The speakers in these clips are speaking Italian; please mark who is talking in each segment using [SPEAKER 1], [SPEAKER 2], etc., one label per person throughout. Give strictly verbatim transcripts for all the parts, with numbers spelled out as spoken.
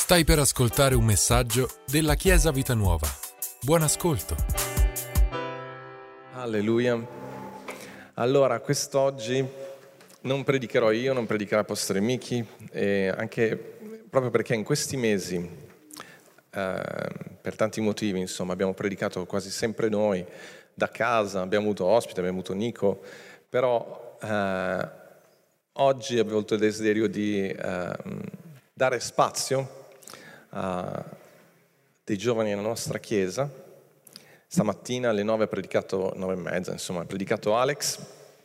[SPEAKER 1] Stai per ascoltare un messaggio della Chiesa Vita Nuova. Buon ascolto.
[SPEAKER 2] Alleluia. Allora, quest'oggi non predicherò io, non predicherà Pastore Miki, e anche proprio perché in questi mesi, eh, per tanti motivi, insomma, abbiamo predicato quasi sempre noi, da casa, abbiamo avuto ospiti, abbiamo avuto Nico, però eh, oggi avevo il desiderio di eh, dare spazio a dei giovani nella nostra chiesa. Stamattina alle nove ha predicato, nove e mezza, insomma, ha predicato Alex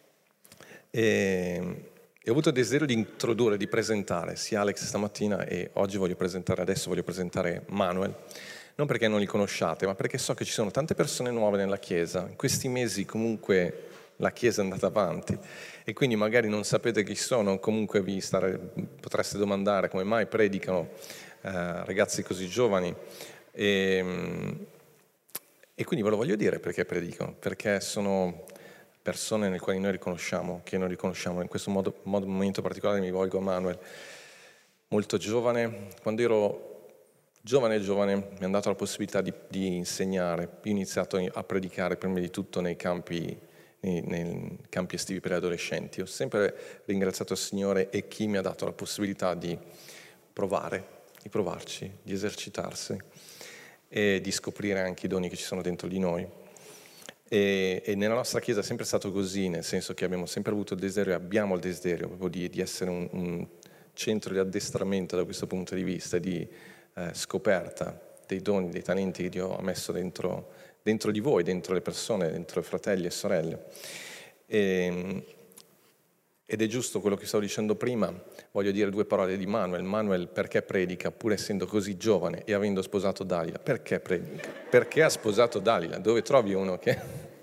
[SPEAKER 2] e, e ho avuto il desiderio di introdurre, di presentare sia Alex stamattina e oggi voglio presentare, adesso voglio presentare Manuel, non perché non li conosciate, ma perché so che ci sono tante persone nuove nella chiesa. In questi mesi comunque la chiesa è andata avanti e quindi magari non sapete chi sono, comunque vi stare, potreste domandare come mai predicano eh, ragazzi così giovani. E, E quindi ve lo voglio dire perché predico, perché sono persone nelle quali noi riconosciamo, che noi riconosciamo. In questo modo, modo momento particolare mi rivolgo a Manuel, molto giovane. Quando ero giovane giovane mi hanno dato la possibilità di, di insegnare. Io ho iniziato a predicare prima di tutto nei campi, nei, nei campi estivi per gli adolescenti. Ho sempre ringraziato il Signore e chi mi ha dato la possibilità di provare, di provarci, di esercitarsi e di scoprire anche i doni che ci sono dentro di noi. E, e nella nostra Chiesa è sempre stato così, nel senso che abbiamo sempre avuto il desiderio, e abbiamo il desiderio proprio di, di essere un, un centro di addestramento da questo punto di vista, di eh, scoperta dei doni, dei talenti che Dio ha messo dentro, dentro di voi, dentro le persone, dentro i fratelli e sorelle. E, Ed è giusto quello che stavo dicendo prima, voglio dire due parole di Manuel. Manuel perché predica, pur essendo così giovane e avendo sposato Dalila? Perché predica? Perché ha sposato Dalila? Dove trovi uno che...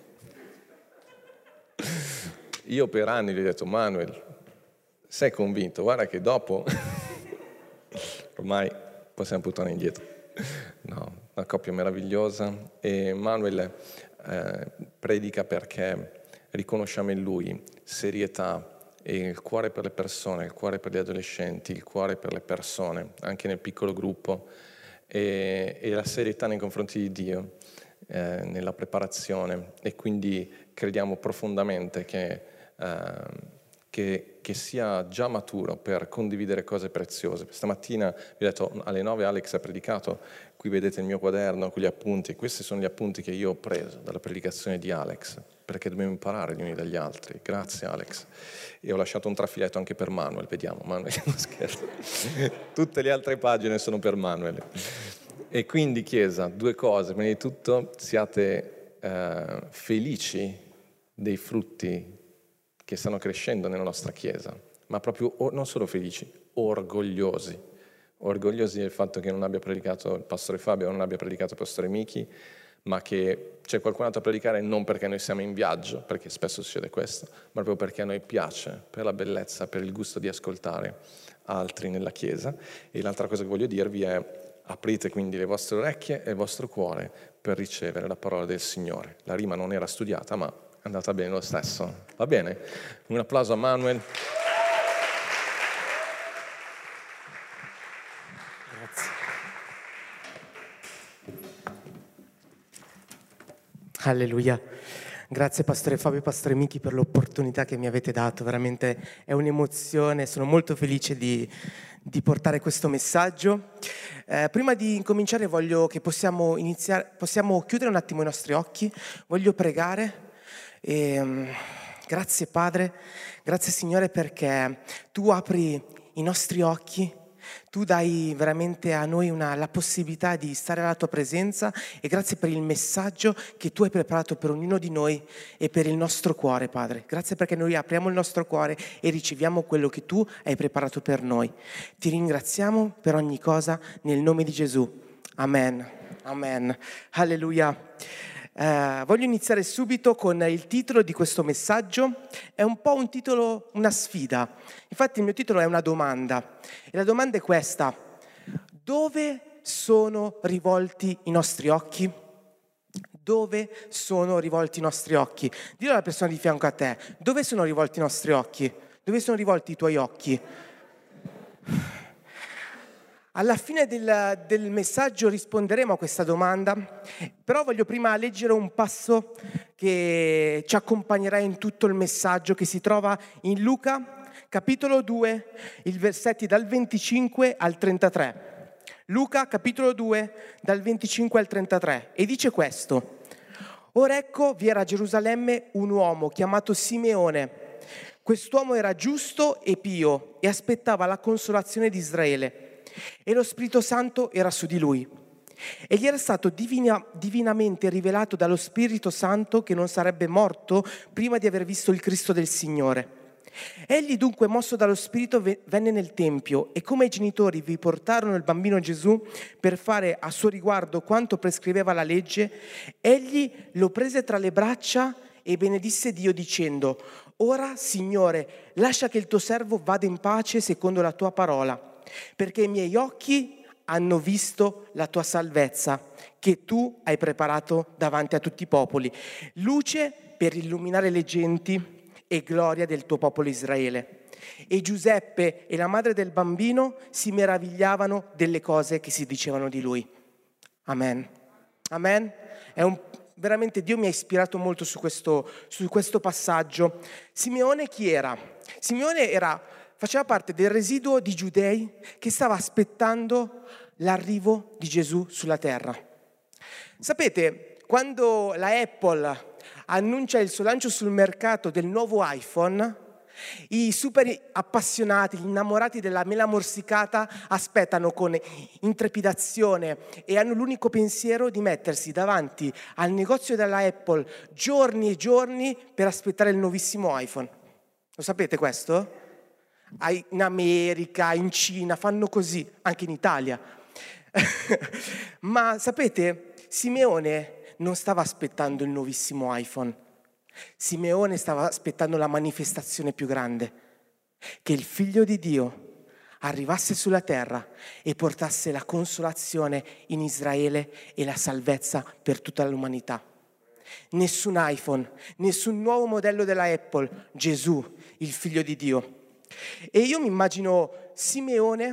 [SPEAKER 2] Io per anni gli ho detto, Manuel, sei convinto? Guarda che dopo, ormai possiamo portare indietro. No, una coppia meravigliosa. E Manuel eh, predica perché riconosciamo in lui serietà, e il cuore per le persone, il cuore per gli adolescenti, il cuore per le persone, anche nel piccolo gruppo, e, e la serietà nei confronti di Dio, eh, nella preparazione, e quindi crediamo profondamente che, eh, che, che sia già maturo per condividere cose preziose. Stamattina vi ho detto, alle nove Alex ha predicato, qui vedete il mio quaderno con gli appunti, questi sono gli appunti che io ho preso dalla predicazione di Alex, perché dobbiamo imparare gli uni dagli altri. Grazie Alex. E ho lasciato un trafiletto anche per Manuel, vediamo, Manuel, non scherzo. Tutte le altre pagine sono per Manuel. E quindi Chiesa, due cose, prima di tutto siate eh, felici dei frutti che stanno crescendo nella nostra Chiesa, ma proprio non solo felici, orgogliosi, orgogliosi del fatto che non abbia predicato il Pastore Fabio, non abbia predicato il Pastore Miki, ma che c'è qualcun altro a predicare non perché noi siamo in viaggio, perché spesso succede questo, ma proprio perché a noi piace, per la bellezza, per il gusto di ascoltare altri nella Chiesa. E l'altra cosa che voglio dirvi è, aprite quindi le vostre orecchie e il vostro cuore per ricevere la parola del Signore. La rima non era studiata, ma è andata bene lo stesso. Va bene? Un applauso a Manuel.
[SPEAKER 3] Alleluia. Grazie Pastore Fabio e Pastore Miki per l'opportunità che mi avete dato, veramente è un'emozione, sono molto felice di, di portare questo messaggio. Eh, prima di incominciare voglio che possiamo iniziare, possiamo chiudere un attimo i nostri occhi, voglio pregare. E, um, grazie Padre, grazie Signore perché Tu apri i nostri occhi, Tu dai veramente a noi una, la possibilità di stare alla Tua presenza, e grazie per il messaggio che Tu hai preparato per ognuno di noi e per il nostro cuore, Padre. Grazie perché noi apriamo il nostro cuore e riceviamo quello che Tu hai preparato per noi. Ti ringraziamo per ogni cosa nel nome di Gesù. Amen. Amen. Alleluia. Uh, voglio iniziare subito con il titolo di questo messaggio. È un po' un titolo, una sfida. Infatti il mio titolo è una domanda. E la domanda è questa: dove sono rivolti i nostri occhi? Dove sono rivolti i nostri occhi? Dillo alla persona di fianco a te: dove sono rivolti i nostri occhi? Dove sono rivolti i tuoi occhi? Alla fine del, del messaggio risponderemo a questa domanda, però voglio prima leggere un passo che ci accompagnerà in tutto il messaggio, che si trova in Luca, capitolo due, i versetti dal venticinque al trentatré. Luca, capitolo due, dal venticinque al trentatré, e dice questo: Ora ecco, vi era a Gerusalemme un uomo chiamato Simeone. Quest'uomo era giusto e pio e aspettava la consolazione di Israele. E lo Spirito Santo era su di lui. E gli era stato divina, divinamente rivelato dallo Spirito Santo che non sarebbe morto prima di aver visto il Cristo del Signore. Egli dunque, mosso dallo Spirito, venne nel Tempio, e come i genitori vi portarono il bambino Gesù per fare a suo riguardo quanto prescriveva la legge, egli lo prese tra le braccia e benedisse Dio dicendo: Ora, Signore, lascia che il tuo servo vada in pace secondo la tua parola, perché i miei occhi hanno visto la tua salvezza, che tu hai preparato davanti a tutti i popoli, luce per illuminare le genti e gloria del tuo popolo Israele. E Giuseppe e la madre del bambino si meravigliavano delle cose che si dicevano di lui. Amen. Amen. È un, veramente Dio mi ha ispirato molto su questo, su questo passaggio. Simeone chi era? Simeone era... faceva parte del residuo di giudei che stava aspettando l'arrivo di Gesù sulla terra. Sapete, quando la Apple annuncia il suo lancio sul mercato del nuovo iPhone, i super appassionati, gli innamorati della mela morsicata aspettano con intrepidazione e hanno l'unico pensiero di mettersi davanti al negozio della Apple giorni e giorni per aspettare il nuovissimo iPhone. Lo sapete questo? In America, in Cina, fanno così, anche in Italia. Ma sapete, Simeone non stava aspettando il nuovissimo iPhone. Simeone stava aspettando la manifestazione più grande, che il Figlio di Dio arrivasse sulla terra e portasse la consolazione in Israele e la salvezza per tutta l'umanità. Nessun iPhone, nessun nuovo modello della Apple, Gesù, il Figlio di Dio. E io mi immagino Simeone,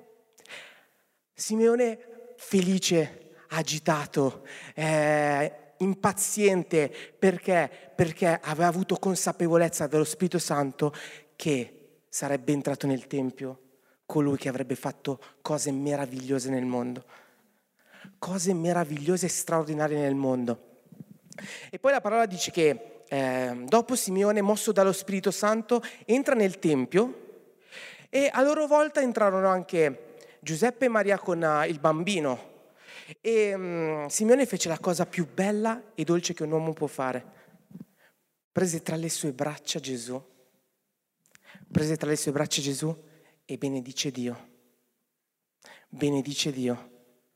[SPEAKER 3] Simeone felice, agitato, eh, impaziente, perché? Perché aveva avuto consapevolezza dello Spirito Santo che sarebbe entrato nel Tempio colui che avrebbe fatto cose meravigliose nel mondo, cose meravigliose e straordinarie nel mondo. E poi la parola dice che Eh, dopo Simeone, mosso dallo Spirito Santo, entra nel Tempio e a loro volta entrarono anche Giuseppe e Maria con uh, il bambino e um, Simeone fece la cosa più bella e dolce che un uomo può fare: prese tra le sue braccia Gesù prese tra le sue braccia Gesù e benedice Dio benedice Dio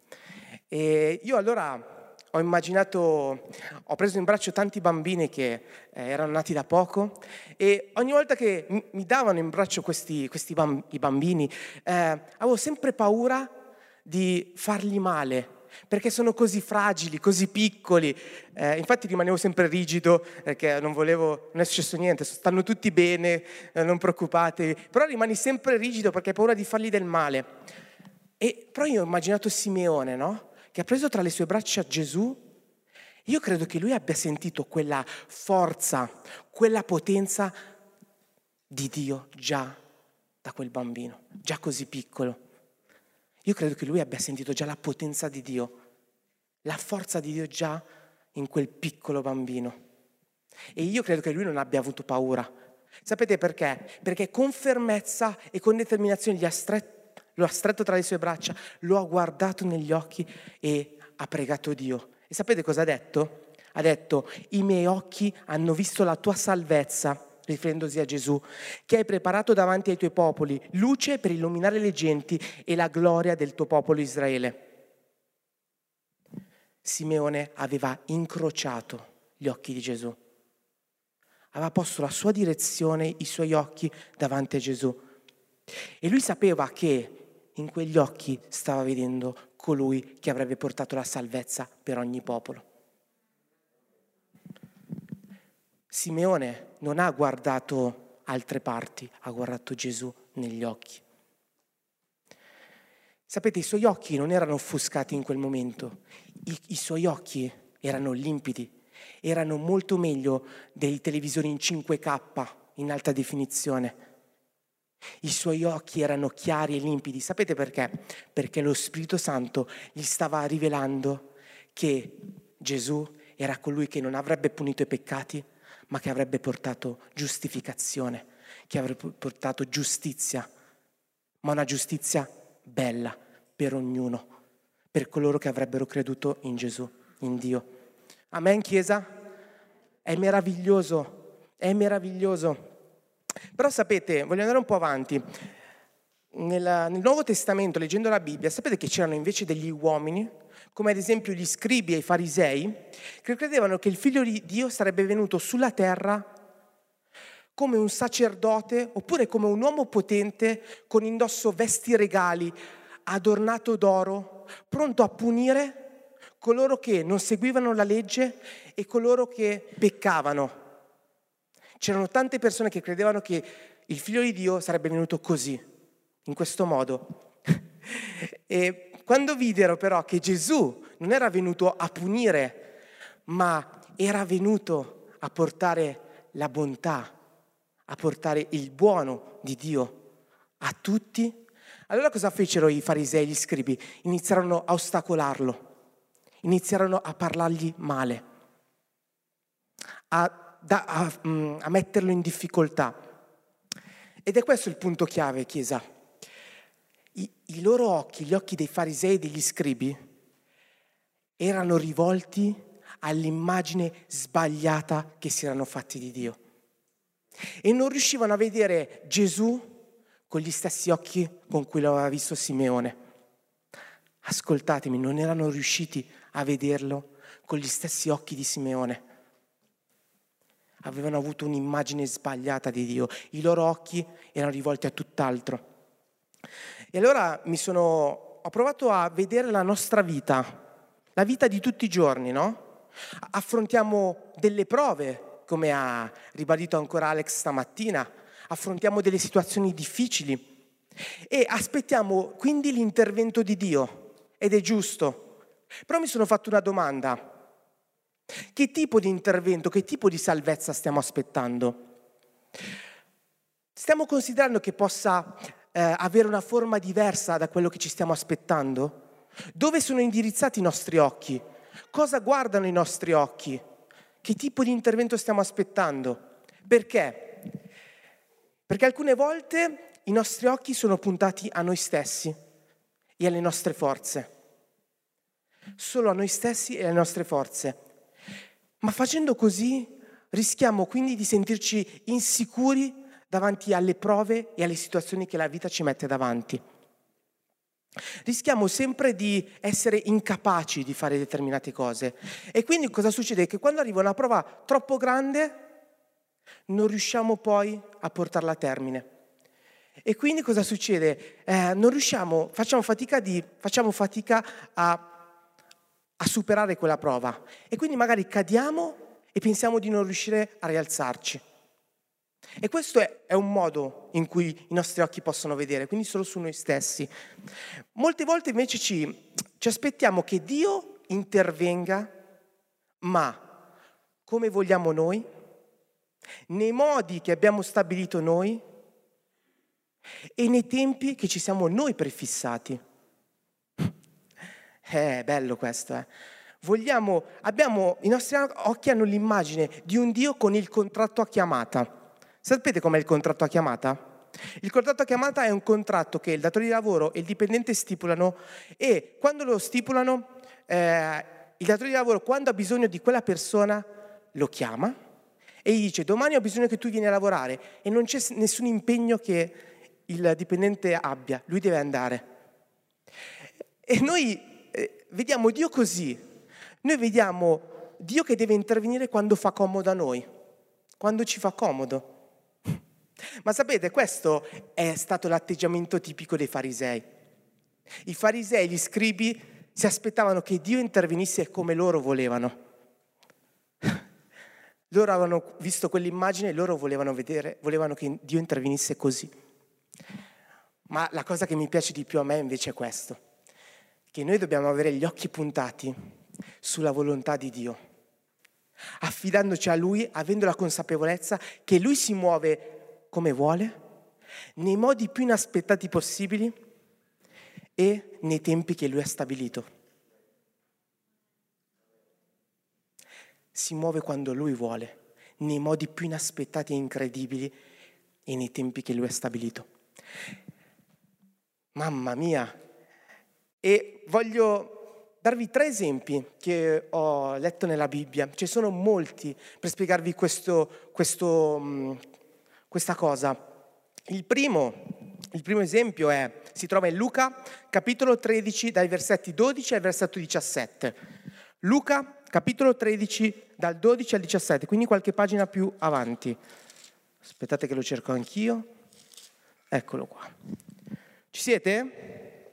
[SPEAKER 3] e io allora Ho immaginato, ho preso in braccio tanti bambini che eh, erano nati da poco e ogni volta che m- mi davano in braccio questi, questi bamb- i bambini eh, avevo sempre paura di fargli male, perché sono così fragili, così piccoli. Eh, infatti rimanevo sempre rigido perché non volevo, non è successo niente, stanno tutti bene, eh, non preoccupatevi, però rimani sempre rigido perché hai paura di fargli del male. E però io ho immaginato Simeone, no? Che ha preso tra le sue braccia Gesù. Io credo che lui abbia sentito quella forza, quella potenza di Dio già da quel bambino, già così piccolo. Io credo che lui abbia sentito già la potenza di Dio, la forza di Dio già in quel piccolo bambino. E io credo che lui non abbia avuto paura. Sapete perché? Perché con fermezza e con determinazione gli ha stretto Lo ha stretto tra le sue braccia, lo ha guardato negli occhi e ha pregato Dio. E sapete cosa ha detto? Ha detto: i miei occhi hanno visto la tua salvezza, riferendosi a Gesù, che hai preparato davanti ai tuoi popoli, luce per illuminare le genti e la gloria del tuo popolo Israele. Simeone aveva incrociato gli occhi di Gesù. Aveva posto la sua direzione, i suoi occhi davanti a Gesù. E lui sapeva che in quegli occhi stava vedendo colui che avrebbe portato la salvezza per ogni popolo. Simeone non ha guardato altre parti, ha guardato Gesù negli occhi. Sapete, i suoi occhi non erano offuscati in quel momento, I, i suoi occhi erano limpidi, erano molto meglio dei televisori in cinque K in alta definizione. I suoi occhi erano chiari e limpidi. Sapete perché? Perché lo Spirito Santo gli stava rivelando che Gesù era colui che non avrebbe punito i peccati, ma che avrebbe portato giustificazione, che avrebbe portato giustizia, ma una giustizia bella per ognuno, per coloro che avrebbero creduto in Gesù, in Dio. Amen, Chiesa? È meraviglioso, è meraviglioso. Però sapete, voglio andare un po' avanti. Nel, nel Nuovo Testamento, leggendo la Bibbia, sapete che c'erano invece degli uomini, come ad esempio gli scribi e i farisei, che credevano che il Figlio di Dio sarebbe venuto sulla terra come un sacerdote oppure come un uomo potente con indosso vesti regali, adornato d'oro, pronto a punire coloro che non seguivano la legge e coloro che peccavano. C'erano tante persone che credevano che il Figlio di Dio sarebbe venuto così, in questo modo. E quando videro però che Gesù non era venuto a punire, ma era venuto a portare la bontà, a portare il buono di Dio a tutti, allora cosa fecero i farisei e gli scribi? Iniziarono a ostacolarlo, iniziarono a parlargli male, a Da, a, a metterlo in difficoltà. Ed è questo il punto chiave, Chiesa. I, i loro occhi, gli occhi dei farisei e degli scribi, erano rivolti all'immagine sbagliata che si erano fatti di Dio. E non riuscivano a vedere Gesù con gli stessi occhi con cui lo aveva visto Simeone. Ascoltatemi, non erano riusciti a vederlo con gli stessi occhi di Simeone. Avevano avuto un'immagine sbagliata di Dio, i loro occhi erano rivolti a tutt'altro. E allora mi sono, ho provato a vedere la nostra vita, la vita di tutti i giorni, no? Affrontiamo delle prove, come ha ribadito ancora Alex stamattina, affrontiamo delle situazioni difficili e aspettiamo quindi l'intervento di Dio, ed è giusto. Però mi sono fatto una domanda. Che tipo di intervento, che tipo di salvezza stiamo aspettando? Stiamo considerando che possa eh, avere una forma diversa da quello che ci stiamo aspettando? Dove sono indirizzati i nostri occhi? Cosa guardano i nostri occhi? Che tipo di intervento stiamo aspettando? Perché? Perché alcune volte i nostri occhi sono puntati a noi stessi e alle nostre forze. Solo a noi stessi e alle nostre forze. Ma facendo così rischiamo quindi di sentirci insicuri davanti alle prove e alle situazioni che la vita ci mette davanti. Rischiamo sempre di essere incapaci di fare determinate cose. E quindi cosa succede? Che quando arriva una prova troppo grande non riusciamo poi a portarla a termine. E quindi cosa succede? Eh, non riusciamo, facciamo fatica, di, facciamo fatica a a superare quella prova e quindi magari cadiamo e pensiamo di non riuscire a rialzarci. E questo è, è un modo in cui i nostri occhi possono vedere, quindi solo su noi stessi. Molte volte invece ci, ci aspettiamo che Dio intervenga, ma come vogliamo noi, nei modi che abbiamo stabilito noi e nei tempi che ci siamo noi prefissati. È bello questo, eh. Vogliamo, abbiamo, i nostri occhi hanno l'immagine di un Dio con il contratto a chiamata. Sapete com'è il contratto a chiamata? Il contratto a chiamata è un contratto che il datore di lavoro e il dipendente stipulano e quando lo stipulano, eh, il datore di lavoro quando ha bisogno di quella persona lo chiama e gli dice domani ho bisogno che tu vieni a lavorare e non c'è nessun impegno che il dipendente abbia, lui deve andare. E noi vediamo Dio così, noi vediamo Dio che deve intervenire quando fa comodo a noi, quando ci fa comodo. Ma sapete, questo è stato l'atteggiamento tipico dei farisei. I farisei, gli scribi, si aspettavano che Dio intervenisse come loro volevano. Loro avevano visto quell'immagine e loro volevano vedere, volevano che Dio intervenisse così. Ma la cosa che mi piace di più a me invece è questo, che noi dobbiamo avere gli occhi puntati sulla volontà di Dio, affidandoci a Lui, avendo la consapevolezza che Lui si muove come vuole, nei modi più inaspettati possibili e nei tempi che Lui ha stabilito. Si muove quando Lui vuole, nei modi più inaspettati e incredibili e nei tempi che Lui ha stabilito. Mamma mia! E voglio darvi tre esempi che ho letto nella Bibbia. Ci sono molti per spiegarvi questo, questo, questa cosa. Il primo, il primo esempio è, si trova in Luca, capitolo tredici, dai versetti dodici al versetto diciassette. Luca, capitolo tredici, dal dodici al diciassette, quindi qualche pagina più avanti. Aspettate che lo cerco anch'io. Eccolo qua. Ci siete?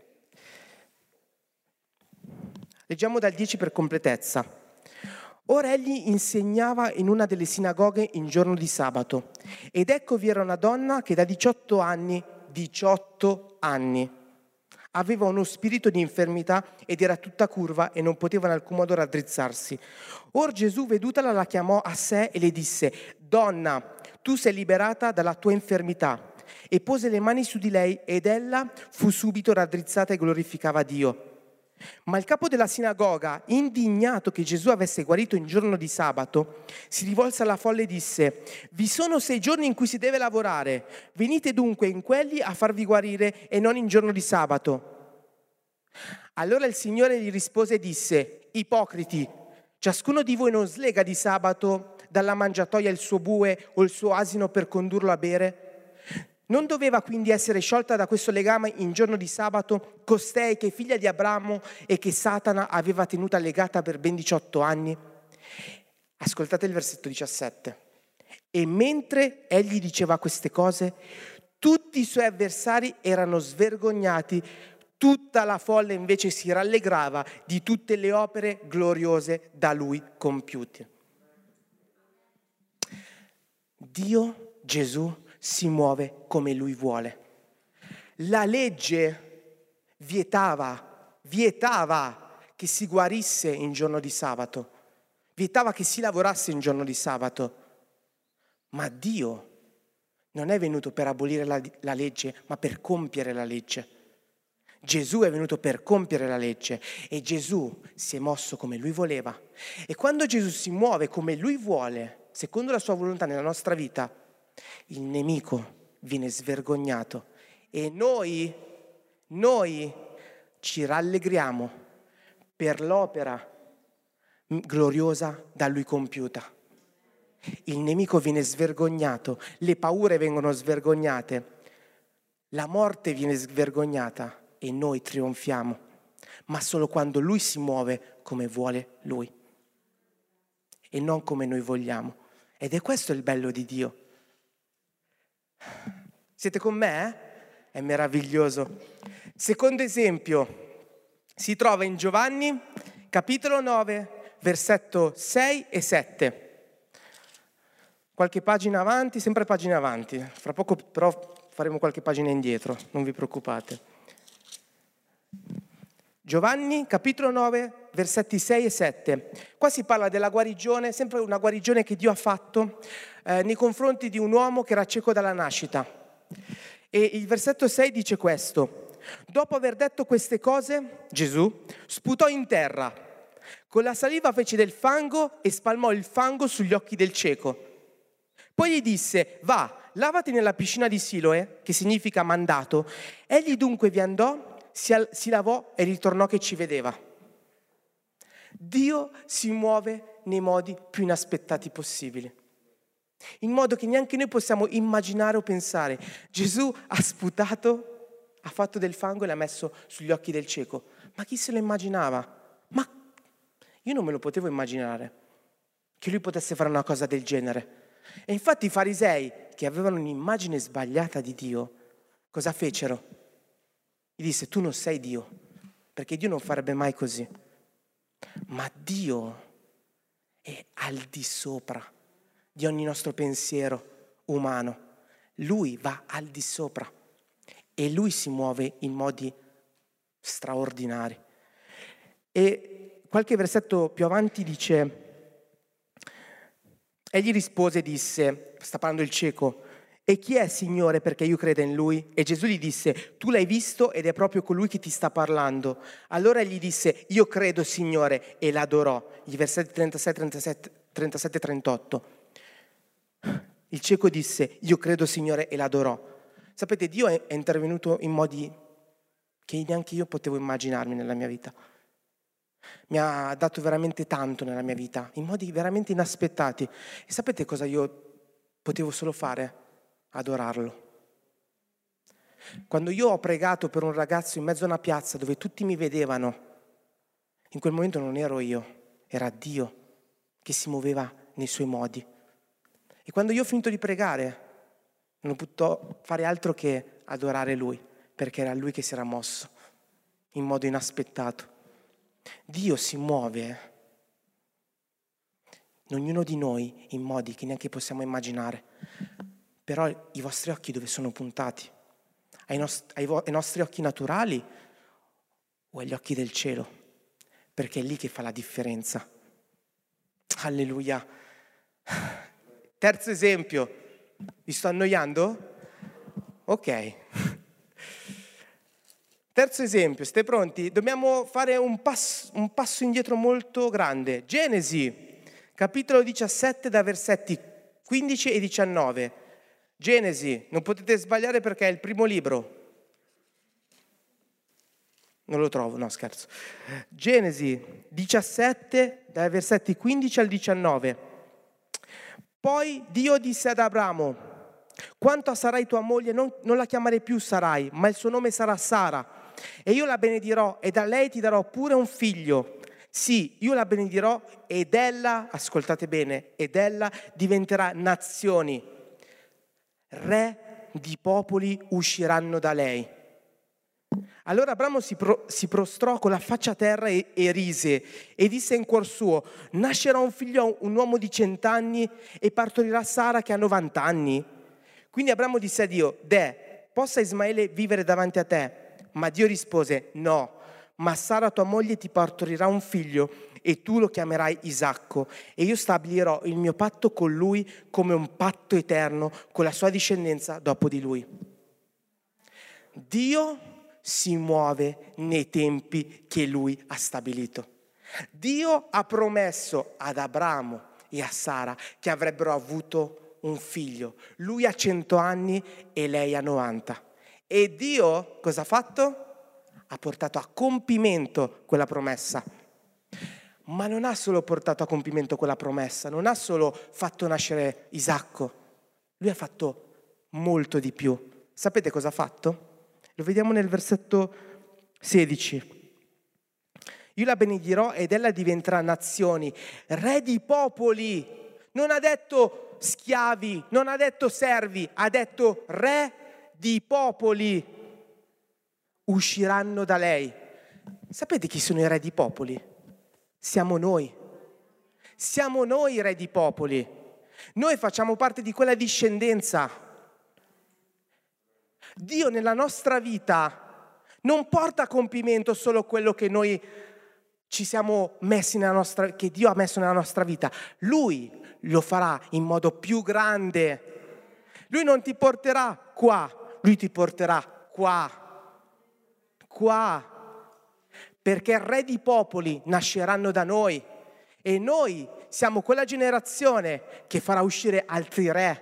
[SPEAKER 3] Leggiamo dal dieci per completezza. Ora egli insegnava in una delle sinagoghe in giorno di sabato, ed ecco vi era una donna che da diciotto anni, diciotto anni, aveva uno spirito di infermità ed era tutta curva e non poteva in alcun modo raddrizzarsi. Or Gesù, vedutala, la chiamò a sé e le disse: Donna, tu sei liberata dalla tua infermità. E pose le mani su di lei ed ella fu subito raddrizzata e glorificava Dio. Ma il capo della sinagoga, indignato che Gesù avesse guarito in giorno di sabato, si rivolse alla folla e disse: vi sono sei giorni in cui si deve lavorare, venite dunque in quelli a farvi guarire e non in giorno di sabato. Allora il Signore gli rispose e disse: ipocriti, ciascuno di voi non slega di sabato dalla mangiatoia il suo bue o il suo asino per condurlo a bere? Non doveva quindi essere sciolta da questo legame in giorno di sabato costei che è figlia di Abramo e che Satana aveva tenuta legata per ben diciotto anni? Ascoltate il versetto diciassette. E mentre egli diceva queste cose, tutti i suoi avversari erano svergognati, tutta la folla invece si rallegrava di tutte le opere gloriose da lui compiute. Dio, Gesù, si muove come lui vuole. La legge vietava, vietava che si guarisse in giorno di sabato, vietava che si lavorasse in giorno di sabato, ma Dio non è venuto per abolire la, la legge, ma per compiere la legge. Gesù è venuto per compiere la legge e Gesù si è mosso come lui voleva. E quando Gesù si muove come lui vuole, secondo la sua volontà nella nostra vita, il nemico viene svergognato e noi, noi ci rallegriamo per l'opera gloriosa da lui compiuta. Il nemico viene svergognato, le paure vengono svergognate, la morte viene svergognata e noi trionfiamo, ma solo quando lui si muove come vuole lui e non come noi vogliamo. Ed è questo il bello di Dio. Siete con me? Eh? È meraviglioso. Secondo esempio si trova in Giovanni, capitolo nove, versetto sei e sette. Qualche pagina avanti, sempre pagina avanti. Fra poco però faremo qualche pagina indietro, non vi preoccupate. Giovanni, capitolo nove, versetti sei e sette. Qua si parla della guarigione, sempre una guarigione che Dio ha fatto eh, nei confronti di un uomo che era cieco dalla nascita. E il versetto sei dice questo: dopo aver detto queste cose, Gesù sputò in terra, con la saliva fece del fango e spalmò il fango sugli occhi del cieco. Poi gli disse: va, lavati nella piscina di Siloe, che significa mandato. Egli dunque vi andò, si, al- si lavò e ritornò che ci vedeva. Dio si muove nei modi più inaspettati possibili, in modo che neanche noi possiamo immaginare o pensare. Gesù ha sputato, ha fatto del fango e l'ha messo sugli occhi del cieco. Ma chi se lo immaginava? Ma io non me lo potevo immaginare che lui potesse fare una cosa del genere. E infatti i farisei, che avevano un'immagine sbagliata di Dio, cosa fecero? Gli disse: tu non sei Dio, perché Dio non farebbe mai così. Ma Dio è al di sopra di ogni nostro pensiero umano. Lui va al di sopra e Lui si muove in modi straordinari. E qualche versetto più avanti dice: egli rispose e disse, sta parlando il cieco, e chi è, Signore, perché io creda in lui? E Gesù gli disse: tu l'hai visto ed è proprio colui che ti sta parlando. Allora egli disse: io credo, Signore, e l'adorò. I versetti trentasei, trentasette, trentasette e trentotto. Il cieco disse: io credo, Signore, e l'adorò. Sapete, Dio è intervenuto in modi che neanche io potevo immaginarmi nella mia vita. Mi ha dato veramente tanto nella mia vita, in modi veramente inaspettati. E sapete cosa io potevo solo fare? Adorarlo. Quando io ho pregato per un ragazzo in mezzo a una piazza dove tutti mi vedevano, in quel momento non ero io, era Dio che si muoveva nei suoi modi. E quando io ho finito di pregare, non ho potuto fare altro che adorare Lui, perché era Lui che si era mosso in modo inaspettato. Dio si muove in ognuno di noi in modi che neanche possiamo immaginare. Però i vostri occhi dove sono puntati? Ai, nost- ai, vo- ai nostri occhi naturali o agli occhi del cielo? Perché è lì che fa la differenza. Alleluia. Terzo esempio. Vi sto annoiando? Ok. Terzo esempio, siete pronti? Dobbiamo fare un passo, un passo indietro molto grande. Genesi, capitolo diciassette, da versetti quindici e diciannove. Genesi, non potete sbagliare perché è il primo libro. Non lo trovo, no scherzo. Genesi diciassette, dai versetti quindici al diciannove. Poi Dio disse ad Abramo: quanto a Sarai tua moglie, non, non la chiamare più Sarai, ma il suo nome sarà Sara. E io la benedirò e da lei ti darò pure un figlio. Sì, io la benedirò ed ella, ascoltate bene, ed ella diventerà nazioni. Re di popoli usciranno da lei. Allora Abramo si, pro, si prostrò con la faccia a terra e, e rise e disse in cuor suo: nascerà un figlio, un uomo di cent'anni, e partorirà Sara che ha novanta anni. Quindi Abramo disse a Dio: Deh, possa Ismaele vivere davanti a te? Ma Dio rispose: no, ma Sara tua moglie ti partorirà un figlio e tu lo chiamerai Isacco, e io stabilirò il mio patto con lui come un patto eterno con la sua discendenza dopo di lui. Dio si muove nei tempi che lui ha stabilito. Dio ha promesso ad Abramo e a Sara che avrebbero avuto un figlio. Lui ha cento anni e lei ha novanta. E Dio cosa ha fatto? Ha portato a compimento quella promessa. Ma non ha solo portato a compimento quella promessa, non ha solo fatto nascere Isacco. Lui ha fatto molto di più. Sapete cosa ha fatto? Lo vediamo nel versetto sedici. Io la benedirò ed ella diventerà nazioni, re di popoli. Non ha detto schiavi, non ha detto servi, ha detto re di popoli. Usciranno da lei. Sapete chi sono i re di popoli? Siamo noi. Siamo noi i re di popoli. Noi facciamo parte di quella discendenza. Dio nella nostra vita non porta a compimento solo quello che noi ci siamo messi nella nostra, che Dio ha messo nella nostra vita. Lui lo farà in modo più grande. Lui non ti porterà qua, lui ti porterà qua. Qua. Perché il re di popoli nasceranno da noi e noi siamo quella generazione che farà uscire altri re.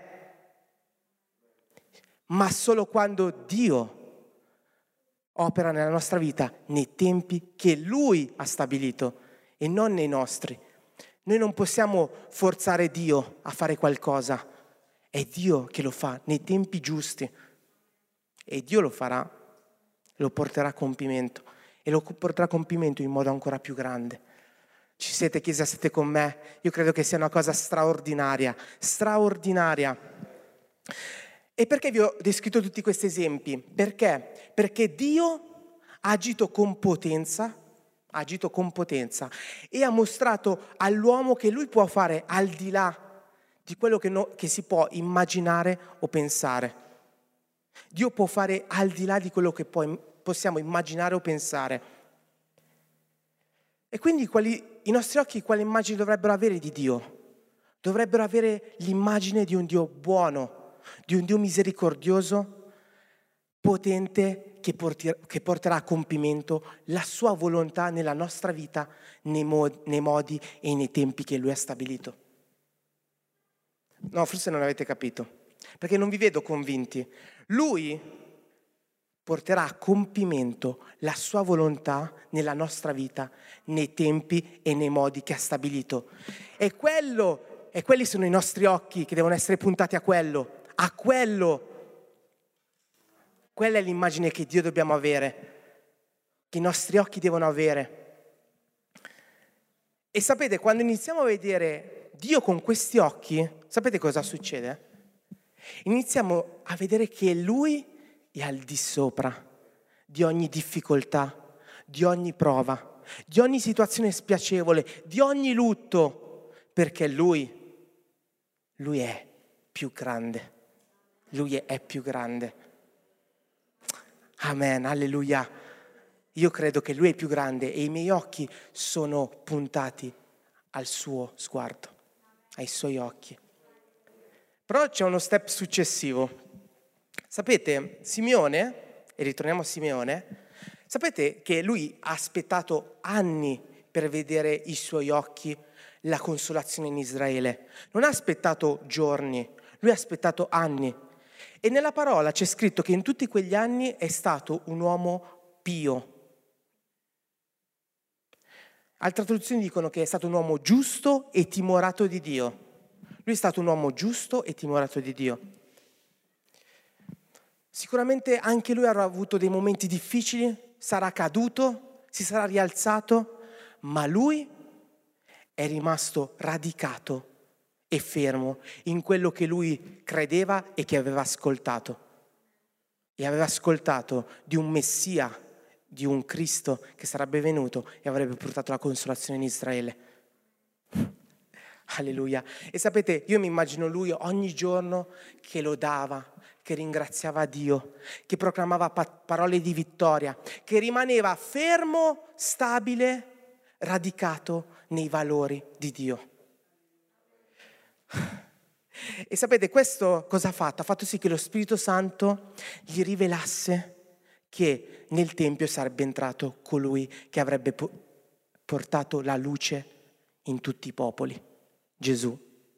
[SPEAKER 3] Ma solo quando Dio opera nella nostra vita nei tempi che Lui ha stabilito e non nei nostri. Noi non possiamo forzare Dio a fare qualcosa, è Dio che lo fa nei tempi giusti e Dio lo farà, lo porterà a compimento e lo porterà a compimento in modo ancora più grande. Ci siete, Chiesa, siete con me? Io credo che sia una cosa straordinaria, straordinaria. E perché vi ho descritto tutti questi esempi? Perché? Perché Dio ha agito con potenza, ha agito con potenza e ha mostrato all'uomo che lui può fare al di là di quello che, no, che si può immaginare o pensare. Dio può fare al di là di quello che poi possiamo immaginare o pensare. E quindi quali, i nostri occhi quale immagine dovrebbero avere di Dio? Dovrebbero avere l'immagine di un Dio buono, di un Dio misericordioso, potente, che, porti, che porterà a compimento la sua volontà nella nostra vita, nei, mod, nei modi e nei tempi che Lui ha stabilito. No, forse non avete capito, perché non vi vedo convinti. Lui porterà a compimento la sua volontà nella nostra vita, nei tempi e nei modi che ha stabilito. E quello, e quelli sono i nostri occhi che devono essere puntati a quello, a quello. Quella è l'immagine che Dio dobbiamo avere, che i nostri occhi devono avere. E sapete, quando iniziamo a vedere Dio con questi occhi, sapete cosa succede? Iniziamo a vedere che Lui è al di sopra di ogni difficoltà, di ogni prova, di ogni situazione spiacevole, di ogni lutto, perché Lui, Lui è più grande. Lui è, è più grande. Amen, alleluia. Io credo che Lui è più grande e i miei occhi sono puntati al suo sguardo, ai Suoi occhi. Però c'è uno step successivo. Sapete, Simeone, e ritorniamo a Simeone, sapete che lui ha aspettato anni per vedere i suoi occhi la consolazione in Israele. Non ha aspettato giorni, lui ha aspettato anni. E nella parola c'è scritto che in tutti quegli anni è stato un uomo pio. Altre traduzioni dicono che è stato un uomo giusto e timorato di Dio. Lui è stato un uomo giusto e timorato di Dio. Sicuramente anche lui avrà avuto dei momenti difficili, sarà caduto, si sarà rialzato, ma lui è rimasto radicato e fermo in quello che lui credeva e che aveva ascoltato. E aveva ascoltato di un Messia, di un Cristo che sarebbe venuto e avrebbe portato la consolazione in Israele. Alleluia. E sapete, io mi immagino lui ogni giorno che lodava, che ringraziava Dio, che proclamava pa- parole di vittoria, che rimaneva fermo, stabile, radicato nei valori di Dio. E sapete, questo cosa ha fatto? Ha fatto sì che lo Spirito Santo gli rivelasse che nel Tempio sarebbe entrato colui che avrebbe po- portato la luce in tutti i popoli. Gesù.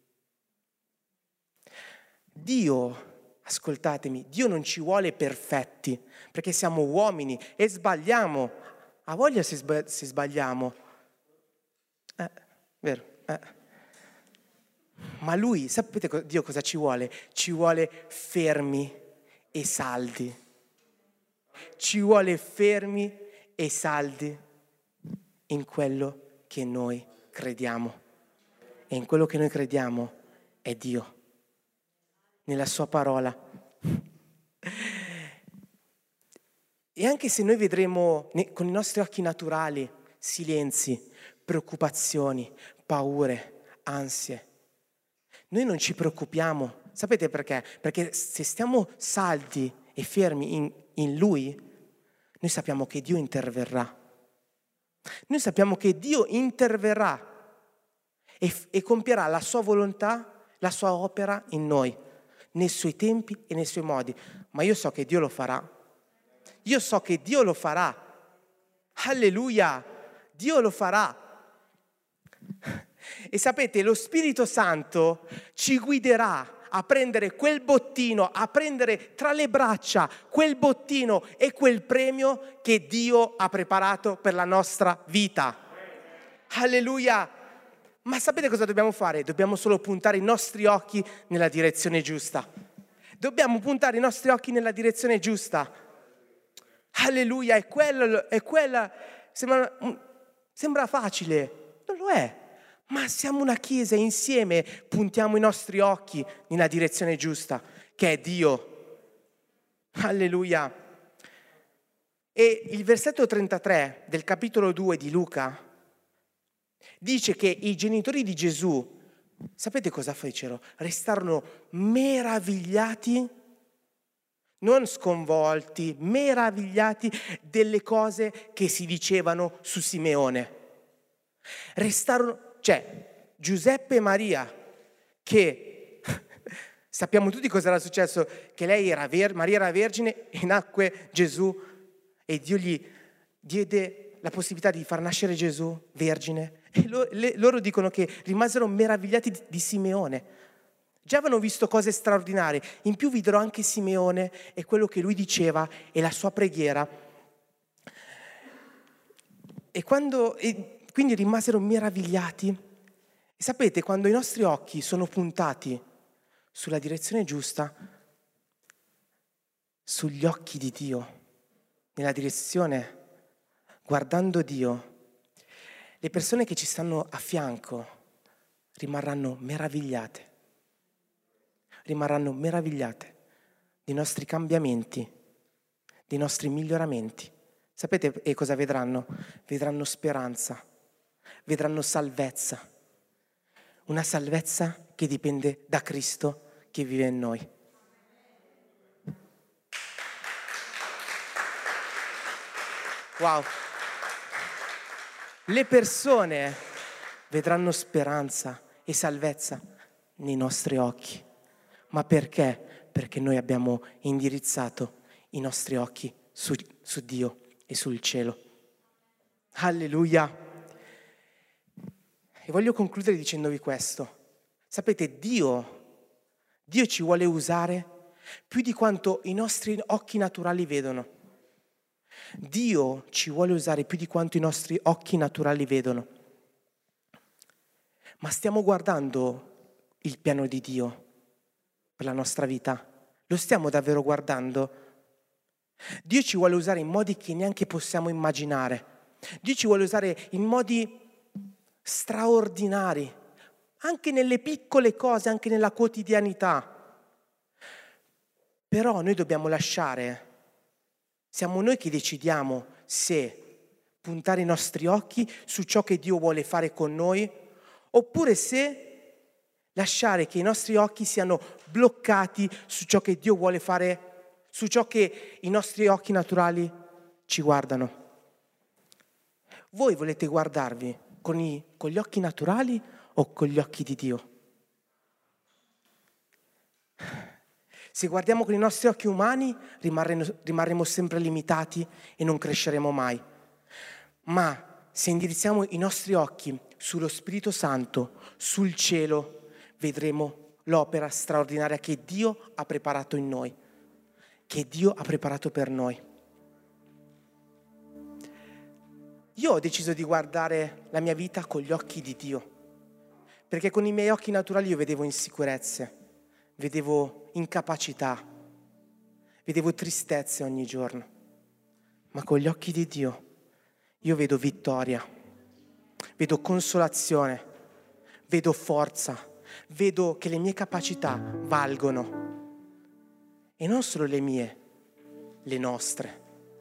[SPEAKER 3] Dio, ascoltatemi, Dio non ci vuole perfetti, perché siamo uomini e sbagliamo. Ha voglia se, sbag- se sbagliamo. Eh, vero, eh. Ma Lui, sapete Dio cosa ci vuole? Ci vuole fermi e saldi. Ci vuole fermi e saldi in quello che noi crediamo. E in quello che noi crediamo è Dio, nella sua parola. E anche se noi vedremo con i nostri occhi naturali silenzi, preoccupazioni, paure, ansie, noi non ci preoccupiamo. Sapete perché? Perché se stiamo saldi e fermi in, in Lui, noi sappiamo che Dio interverrà. Noi sappiamo che Dio interverrà E, e compierà la sua volontà, la sua opera in noi, nei suoi tempi e nei suoi modi. Ma io so che Dio lo farà. Io so che Dio lo farà. Alleluia! Dio lo farà. E sapete, lo Spirito Santo ci guiderà a prendere quel bottino, a prendere tra le braccia quel bottino e quel premio che Dio ha preparato per la nostra vita. Alleluia! Ma sapete cosa dobbiamo fare? Dobbiamo solo puntare i nostri occhi nella direzione giusta. Dobbiamo puntare i nostri occhi nella direzione giusta. Alleluia, è quella, è quella sembra, sembra facile, non lo è. Ma siamo una chiesa, insieme puntiamo i nostri occhi nella direzione giusta, che è Dio. Alleluia. E il versetto trentatré del capitolo due di Luca dice che i genitori di Gesù, sapete cosa fecero? Restarono meravigliati non sconvolti, meravigliati delle cose che si dicevano su Simeone. Restarono, cioè Giuseppe e Maria, che sappiamo tutti cosa era successo, che lei era ver- Maria era vergine e nacque Gesù e Dio gli diede la possibilità di far nascere Gesù vergine. E lo, le, loro dicono che rimasero meravigliati di, di Simeone. Già avevano visto cose straordinarie, in più videro anche Simeone e quello che lui diceva e la sua preghiera. E, quando, e quindi rimasero meravigliati. E sapete, quando i nostri occhi sono puntati sulla direzione giusta, sugli occhi di Dio, nella direzione, guardando Dio, le persone che ci stanno a fianco rimarranno meravigliate. rimarranno meravigliate dei nostri cambiamenti, dei nostri miglioramenti. Sapete e cosa vedranno? Vedranno speranza, vedranno salvezza, una salvezza che dipende da Cristo che vive in noi. Wow! Le persone vedranno speranza e salvezza nei nostri occhi. Ma perché? Perché noi abbiamo indirizzato i nostri occhi su, su Dio e sul cielo. Alleluia! E voglio concludere dicendovi questo. Sapete, Dio, Dio ci vuole usare più di quanto i nostri occhi naturali vedono. Dio ci vuole usare più di quanto i nostri occhi naturali vedono. Ma stiamo guardando il piano di Dio per la nostra vita? Lo stiamo davvero guardando? Dio ci vuole usare in modi che neanche possiamo immaginare. Dio ci vuole usare in modi straordinari, anche nelle piccole cose, anche nella quotidianità. Però noi dobbiamo lasciare, siamo noi che decidiamo se puntare i nostri occhi su ciò che Dio vuole fare con noi, oppure se lasciare che i nostri occhi siano bloccati su ciò che Dio vuole fare, su ciò che i nostri occhi naturali ci guardano. Voi volete guardarvi con, i, con gli occhi naturali o con gli occhi di Dio? Se guardiamo con i nostri occhi umani rimarremo, rimarremo sempre limitati e non cresceremo mai. Ma se indirizziamo i nostri occhi sullo Spirito Santo, sul cielo, vedremo l'opera straordinaria che Dio ha preparato in noi, che Dio ha preparato per noi. Io ho deciso di guardare la mia vita con gli occhi di Dio, perché con i miei occhi naturali io vedevo insicurezze, vedevo incapacità, vedevo tristezze ogni giorno, ma con gli occhi di Dio io vedo vittoria, vedo consolazione, vedo forza, vedo che le mie capacità valgono, e non solo le mie, le nostre.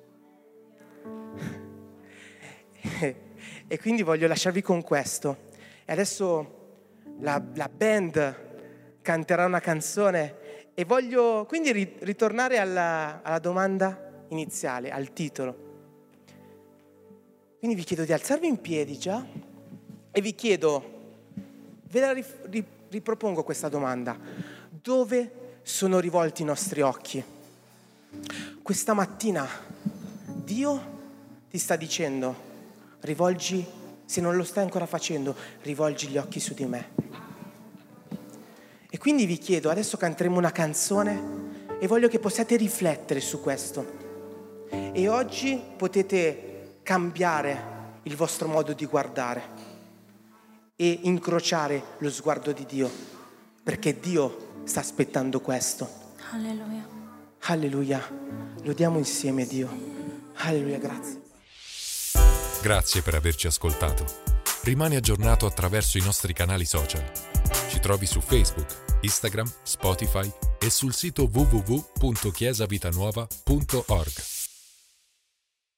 [SPEAKER 3] E quindi voglio lasciarvi con questo. E adesso la, la band canterà una canzone e voglio quindi ri- ritornare alla, alla domanda iniziale, al titolo. Quindi vi chiedo di alzarvi in piedi già e vi chiedo, ve la rif- rip- ripropongo questa domanda: dove sono rivolti i nostri occhi? Questa mattina Dio ti sta dicendo: rivolgi, se non lo stai ancora facendo, rivolgi gli occhi su di me. E quindi vi chiedo, adesso canteremo una canzone e voglio che possiate riflettere su questo. E oggi potete cambiare il vostro modo di guardare e incrociare lo sguardo di Dio, perché Dio sta aspettando questo.
[SPEAKER 4] Alleluia.
[SPEAKER 3] Alleluia. Lodiamo insieme Dio. Alleluia, grazie.
[SPEAKER 1] Grazie per averci ascoltato. Rimani aggiornato attraverso i nostri canali social. Ci trovi su Facebook, Instagram, Spotify e sul sito w w w punto chiesa vita nuova punto org.